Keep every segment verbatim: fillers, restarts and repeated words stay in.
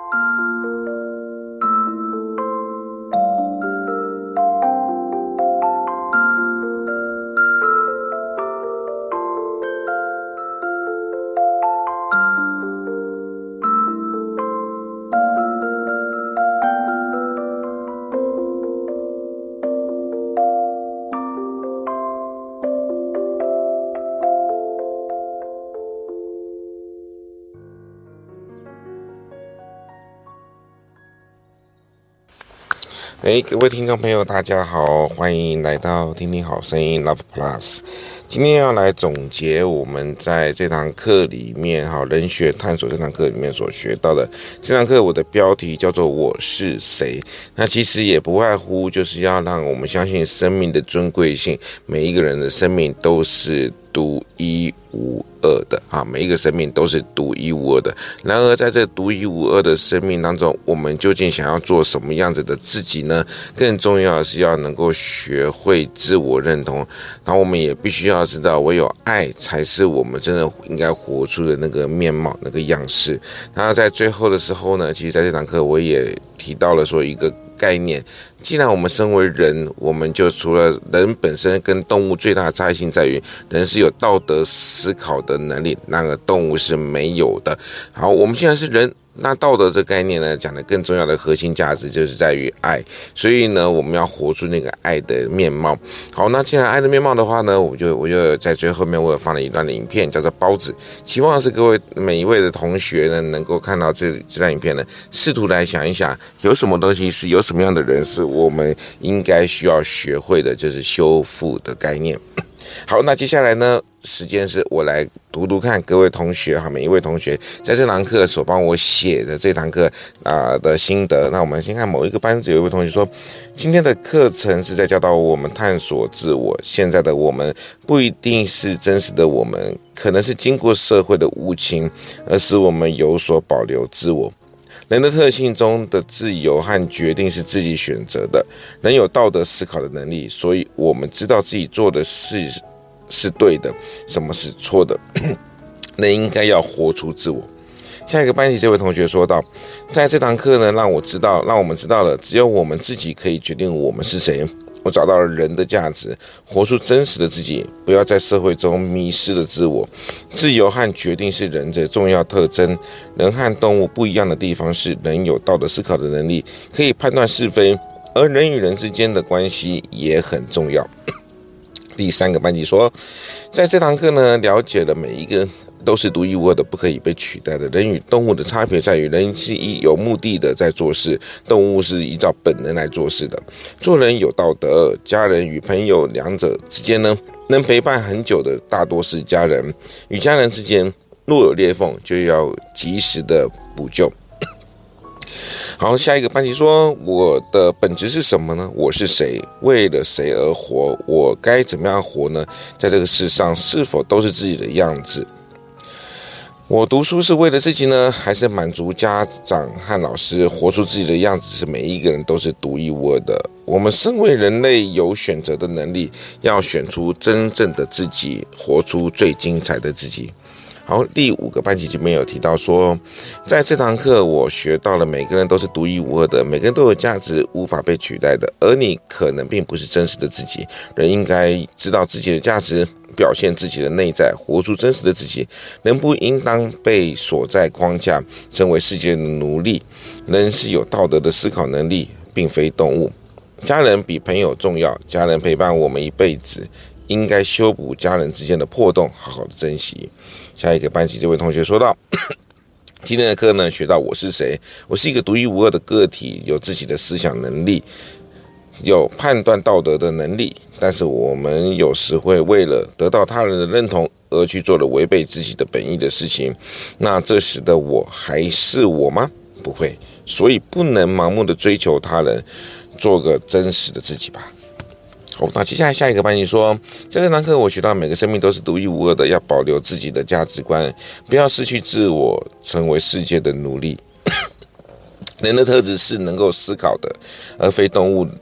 哎，各位听众朋友，大家好，欢迎来到听听好声音 Love Plus。今天要来总结我们在这堂课里面，哈，人学探索这堂课里面所学到的。这堂课我的标题叫做我是谁，那其实也不外乎就是要让我们相信生命的尊贵性，每一个人的生命都是独一无二的啊，每一个生命都是独一无二的。然而在这独一无二的生命当中，我们究竟想要做什么样子的自己呢？更重要的是要能够学会自我认同，然后我们也必须要知道，唯有爱才是我们真的应该活出的那个面貌、那个样式。那在最后的时候呢，其实在这堂课我也提到了说一个概念，既然我们身为人，我们就除了人本身跟动物最大的差异性在于，人是有道德思考的能力，那个动物是没有的。好，我们现在是人，那道德这概念呢，讲的更重要的核心价值就是在于爱，所以呢，我们要活出那个爱的面貌。好，那既然爱的面貌的话呢，我就我就在最后面我有放了一段的影片，叫做包子，期望是各位每一位的同学呢，能够看到这这段影片呢，试图来想一想，有什么东西是有什么样的人是我们应该需要学会的，就是修复的概念。好，那接下来呢，时间是我来读读看各位同学哈，每一位同学在这堂课所帮我写的这堂课啊、呃、的心得。那我们先看某一个班级有一位同学说，今天的课程是在教导我们探索自我，现在的我们不一定是真实的我们，可能是经过社会的无情，而使我们有所保留自我。人的特性中的自由和决定是自己选择的，人有道德思考的能力，所以我们知道自己做的事是对的，什么是错的，人应该要活出自我。下一个班级这位同学说道，在这堂课呢，让我知道，让我们知道了，只有我们自己可以决定我们是谁。我找到了人的价值，活出真实的自己，不要在社会中迷失了自我。自由和决定是人的重要特征。人和动物不一样的地方是，人有道德思考的能力，可以判断是非，而人与人之间的关系也很重要。第三个班级说，在这堂课呢，了解了每一个人都是独一无二的，不可以被取代的。人与动物的差别在于，人是有目的的在做事，动物是依照本能来做事的。做人有道德，家人与朋友两者之间呢，能陪伴很久的大多是家人。与家人之间若有裂缝，就要及时的补救。好，下一个班级说，我的本质是什么呢？我是谁？为了谁而活？我该怎么样活呢？在这个世上，是否都是自己的样子？我读书是为了自己呢，还是满足家长和老师？活出自己的样子是每一个人都是独一无二的。我们身为人类，有选择的能力，要选出真正的自己，活出最精彩的自己。好，第五个班级这边有提到说，在这堂课我学到了每个人都是独一无二的，每个人都有价值，无法被取代的，而你可能并不是真实的自己。人应该知道自己的价值，表现自己的内在，活出真实的自己。人不应当被锁在框架，成为世界的奴隶。人是有道德的思考能力，并非动物。家人比朋友重要，家人陪伴我们一辈子，应该修补家人之间的破洞，好好的珍惜。下一个班级这位同学说到，今天的课呢，学到我是谁，我是一个独一无二的个体，有自己的思想能力，有判断道德的能力，但是我们有时会为了得到他人的认同而去做了违背自己的本意的事情，那这时的我还是我吗？不会，所以不能盲目的追求他人，做个真实的自己吧。好，那接下来下一个班级说，在这堂课我学到每个生命都是独一无二的，要保留自己的价值观，不要失去自我，成为世界的奴隶。人的特质是能够思考的，而非动物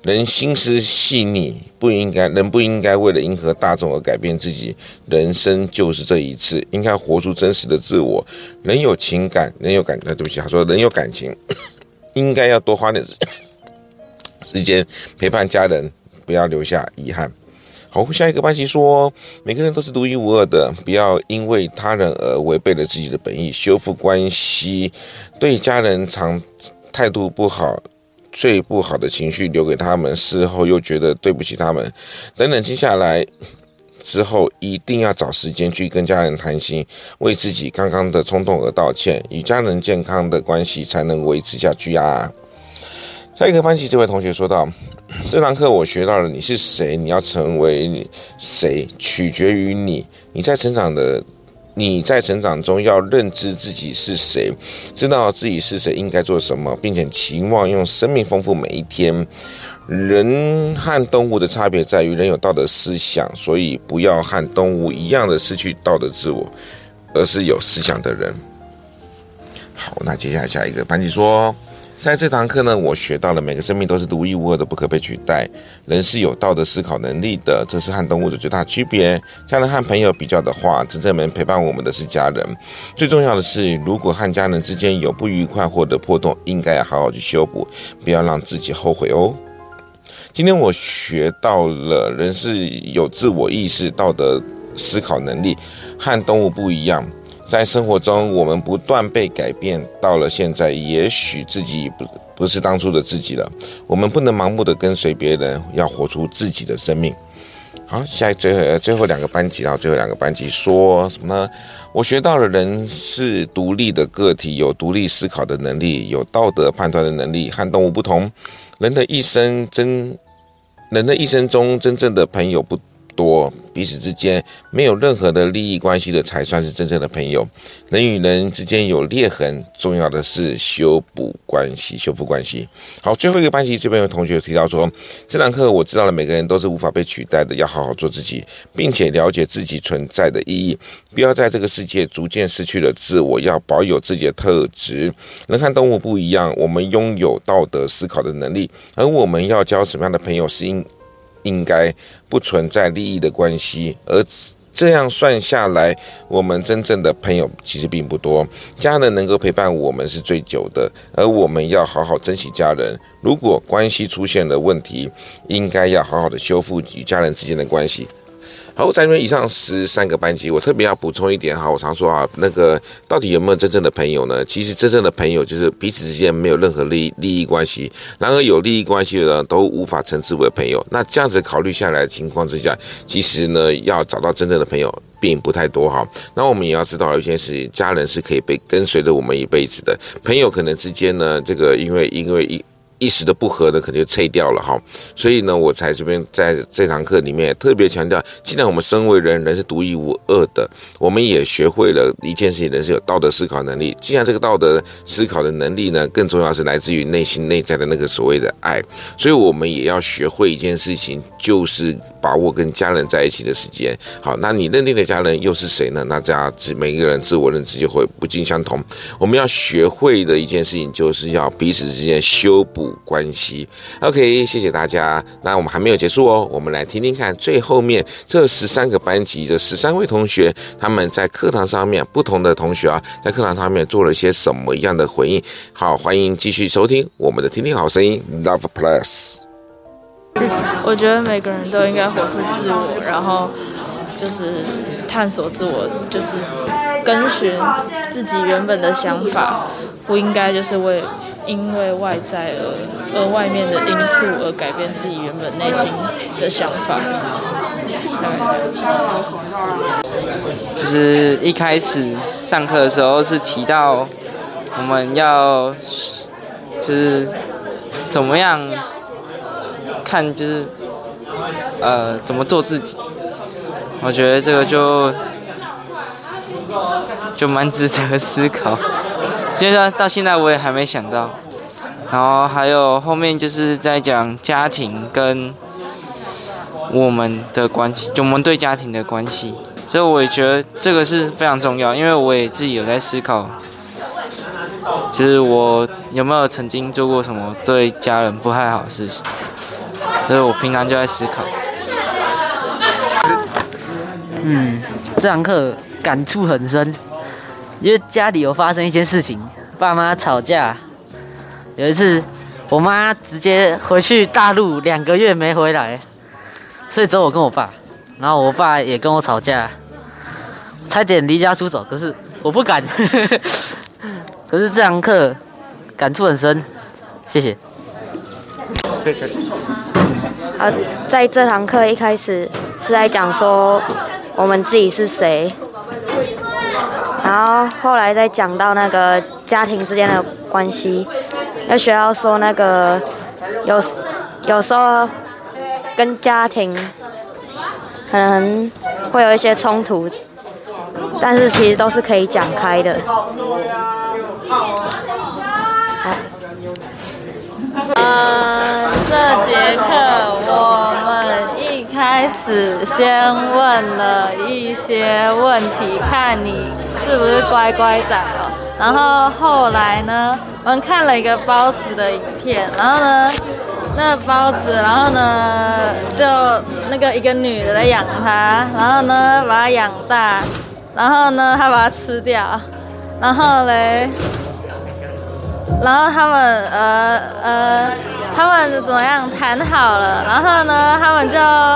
人心思细腻，不应该人不应该为了迎合大众而改变自己。人生就是这一次，应该活出真实的自我。人有情感，人有感，对不起，他说人有感情，应该要多花点时间陪伴家人，不要留下遗憾。好，下一个班级说，每个人都是独一无二的，不要因为他人而违背了自己的本意，修复关系。对家人常态度不好，最不好的情绪留给他们，事后又觉得对不起他们。等冷静下来之后，一定要找时间去跟家人谈心，为自己刚刚的冲动而道歉，与家人健康的关系才能维持下去啊。下一个班级这位同学说道，这堂课我学到了，你是谁，你要成为谁，取决于你。你在成长的你在成长中要认知自己是谁，知道自己是谁应该做什么，并且期望用生命丰富每一天。人和动物的差别在于人有道德思想，所以不要和动物一样的失去道德自我，而是有思想的人。好，那接下来下一个班级说，在这堂课呢，我学到了每个生命都是独一无二的，不可被取代。人是有道德思考能力的，这是和动物的最大区别。家人和朋友比较的话，真正能陪伴我们的是家人。最重要的是，如果和家人之间有不愉快或者破洞，应该要好好去修补，不要让自己后悔哦。今天我学到了，人是有自我意识、道德思考能力，和动物不一样。在生活中，我们不断被改变，到了现在，也许自己不不是当初的自己了。我们不能盲目的跟随别人，要活出自己的生命。好，下一最后最后两个班级，然后最后两个班级说什么呢？我学到了，人是独立的个体，有独立思考的能力，有道德判断的能力，和动物不同。人的一生真，人的一生中真正的朋友不多，彼此之间没有任何的利益关系的才算是真正的朋友。人与人之间有裂痕，重要的是修补关系，修复关系。好，最后一个班级这边有同学提到说，这堂课我知道了，每个人都是无法被取代的，要好好做自己，并且了解自己存在的意义，不要在这个世界逐渐失去了自我，要保有自己的特质。人和动物不一样，我们拥有道德思考的能力，而我们要交什么样的朋友是应应该不存在利益的关系，而这样算下来，我们真正的朋友其实并不多。家人能够陪伴我们是最久的，而我们要好好珍惜家人。如果关系出现了问题，应该要好好的修复与家人之间的关系。好，在这边以上十三个班级，我特别要补充一点哈，我常说啊，那个到底有没有真正的朋友呢？其实真正的朋友就是彼此之间没有任何利益利益关系，然而有利益关系的人都无法称之为朋友。那这样子考虑下来的情况之下，其实呢，要找到真正的朋友并不太多哈。那我们也要知道一件事情，家人是可以被跟随着我们一辈子的，朋友可能之间呢，这个因为因为一。一时的不合呢，可能就撤掉了哈，所以呢，我才这边在这堂课里面也特别强调，既然我们身为人，人是独一无二的，我们也学会了一件事情，人是有道德思考能力。既然这个道德思考的能力呢，更重要是来自于内心内在的那个所谓的爱，所以我们也要学会一件事情，就是把握跟家人在一起的时间。好，那你认定的家人又是谁呢？那这样每个人自我认知就会不尽相同。我们要学会的一件事情，就是要彼此之间修补关系。 OK， 谢谢大家。那我们还没有结束哦，我们来听听看最后面这十三个班级的十三位同学，他们在课堂上面不同的同学啊，在课堂上面做了些什么样的回应。好，欢迎继续收听我们的听听好声音 Love Plus。 我觉得每个人都应该活出自我，然后就是探索自我，就是跟循自己原本的想法，不应该就是为因为外在而而外面的因素而改变自己原本内心的想法。 就是一开始上课的时候是提到我们要就是怎么样看，就是呃怎么做自己。我觉得这个就就蛮值得思考。其实到现在我也还没想到，然后还有后面就是在讲家庭跟我们的关系，就我们对家庭的关系，所以我也觉得这个是非常重要，因为我也自己有在思考，就是我有没有曾经做过什么对家人不太好的事情， 所以我平常就在思考。 嗯，这堂课感触很深，因为家里有发生一些事情，爸妈吵架。有一次，我妈直接回去大陆两个月没回来，所以只有我跟我爸，然后我爸也跟我吵架，差点离家出走，可是我不敢。可是这堂课感触很深，谢谢。 啊，在这堂课一开始是在讲说我们自己是谁，然后后来再讲到那个家庭之间的关系，在学校说那个有有时候跟家庭可能会有一些冲突，但是其实都是可以讲开的。 呃，这节课我们一开始先问了一些问题，看你是不是乖乖仔哦。然后后来呢，我们看了一个包子的影片，然后呢，那个包子，然后呢，就那个一个女的在养它，然后呢把它养大，然后呢她把它吃掉，然后嘞。然后他们呃呃，他们怎么样谈好了？然后呢，他们就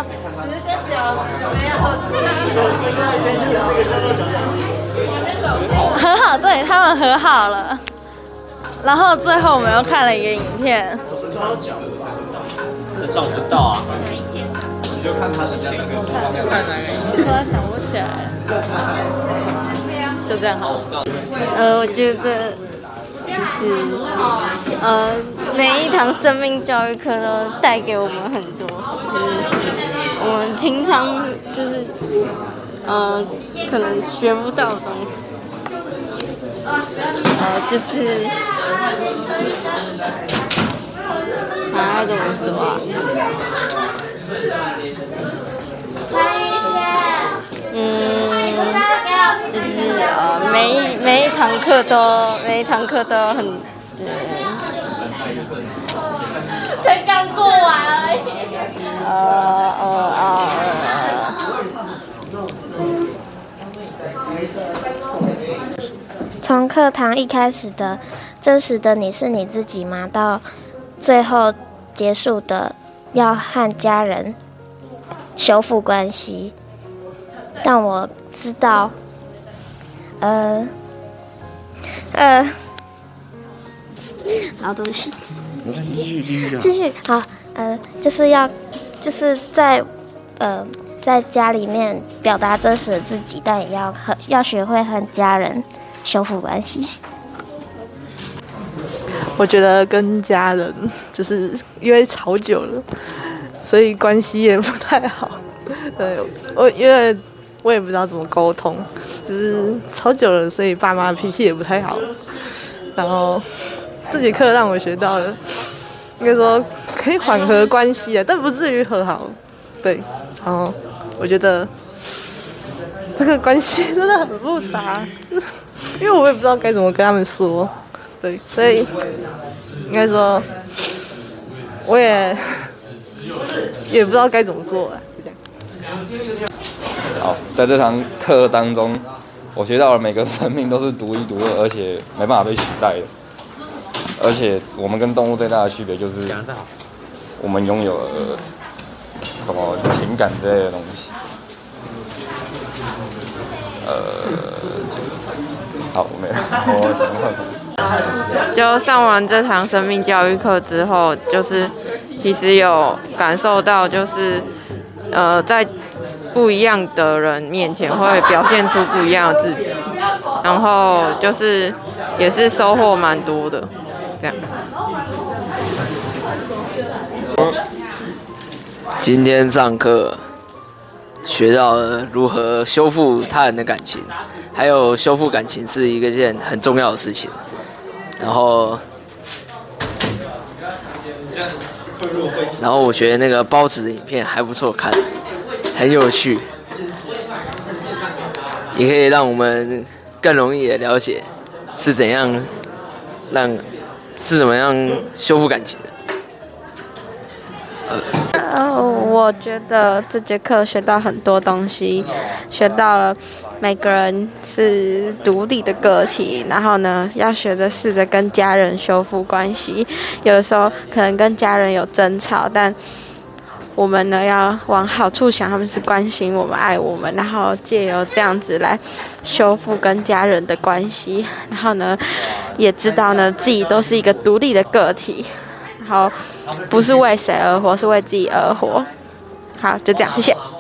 和好，对他们和好了。然后最后我们又看了一个影片。 这照不到啊！你就看他的前跟后面看哪个？ 突然想不起来了。就这样好。 呃，我觉得。就是呃，每一堂生命教育课都带给我们很多，就是我们平常就是呃可能学不到的东西，呃就是还要怎么说啊？嗯。就是呃，每一每一堂课都每一堂课都很，嗯，才刚过完而已。呃呃呃。从课堂一开始的真实的你是你自己吗？到最后结束的要和家人修复关系，让我知道。呃，呃，好，对不起，继续继续继续好，呃，就是要就是在呃在家里面表达真实的自己，但也要和要学会和家人修复关系。 我觉得跟家人就是因为吵久了，所以关系也不太好。对，我因为我也不知道怎么沟通。只是吵久了，所以爸妈脾气也不太好。然后这节课让我学到了，应该说可以缓和关系啊，但不至于和好。对，然后我觉得这个关系真的很复杂，因为我也不知道该怎么跟他们说。对，所以应该说我也也不知道该怎么做了。 好，在这堂课当中，我学到了每个生命都是独一独二，而且没办法被取代的。而且我们跟动物最大的区别就是，我们拥有了什么情感之类的东西。呃，好，我没了，我想问什么？ 就上完这堂生命教育课之后，就是其实有感受到，就是呃在。不一样的人面前会表现出不一样的自己，然后就是也是收获蛮多的，这样。 今天上课学到了如何修复他人的感情，还有修复感情是一个件很重要的事情。然后，然后我觉得那个包子的影片还不错看。很有趣，也可以让我们更容易的了解是怎样让是怎么样修复感情的。呃呃，我觉得这节课学到很多东西，学到了每个人是独立的个体，然后呢，要学着试着跟家人修复关系。有的时候可能跟家人有争吵，但我们呢要往好处想，他们是关心我们、爱我们，然后借由这样子来修复跟家人的关系。然后呢，也知道呢自己都是一个独立的个体，然后不是为谁而活，是为自己而活。好，就这样，谢谢。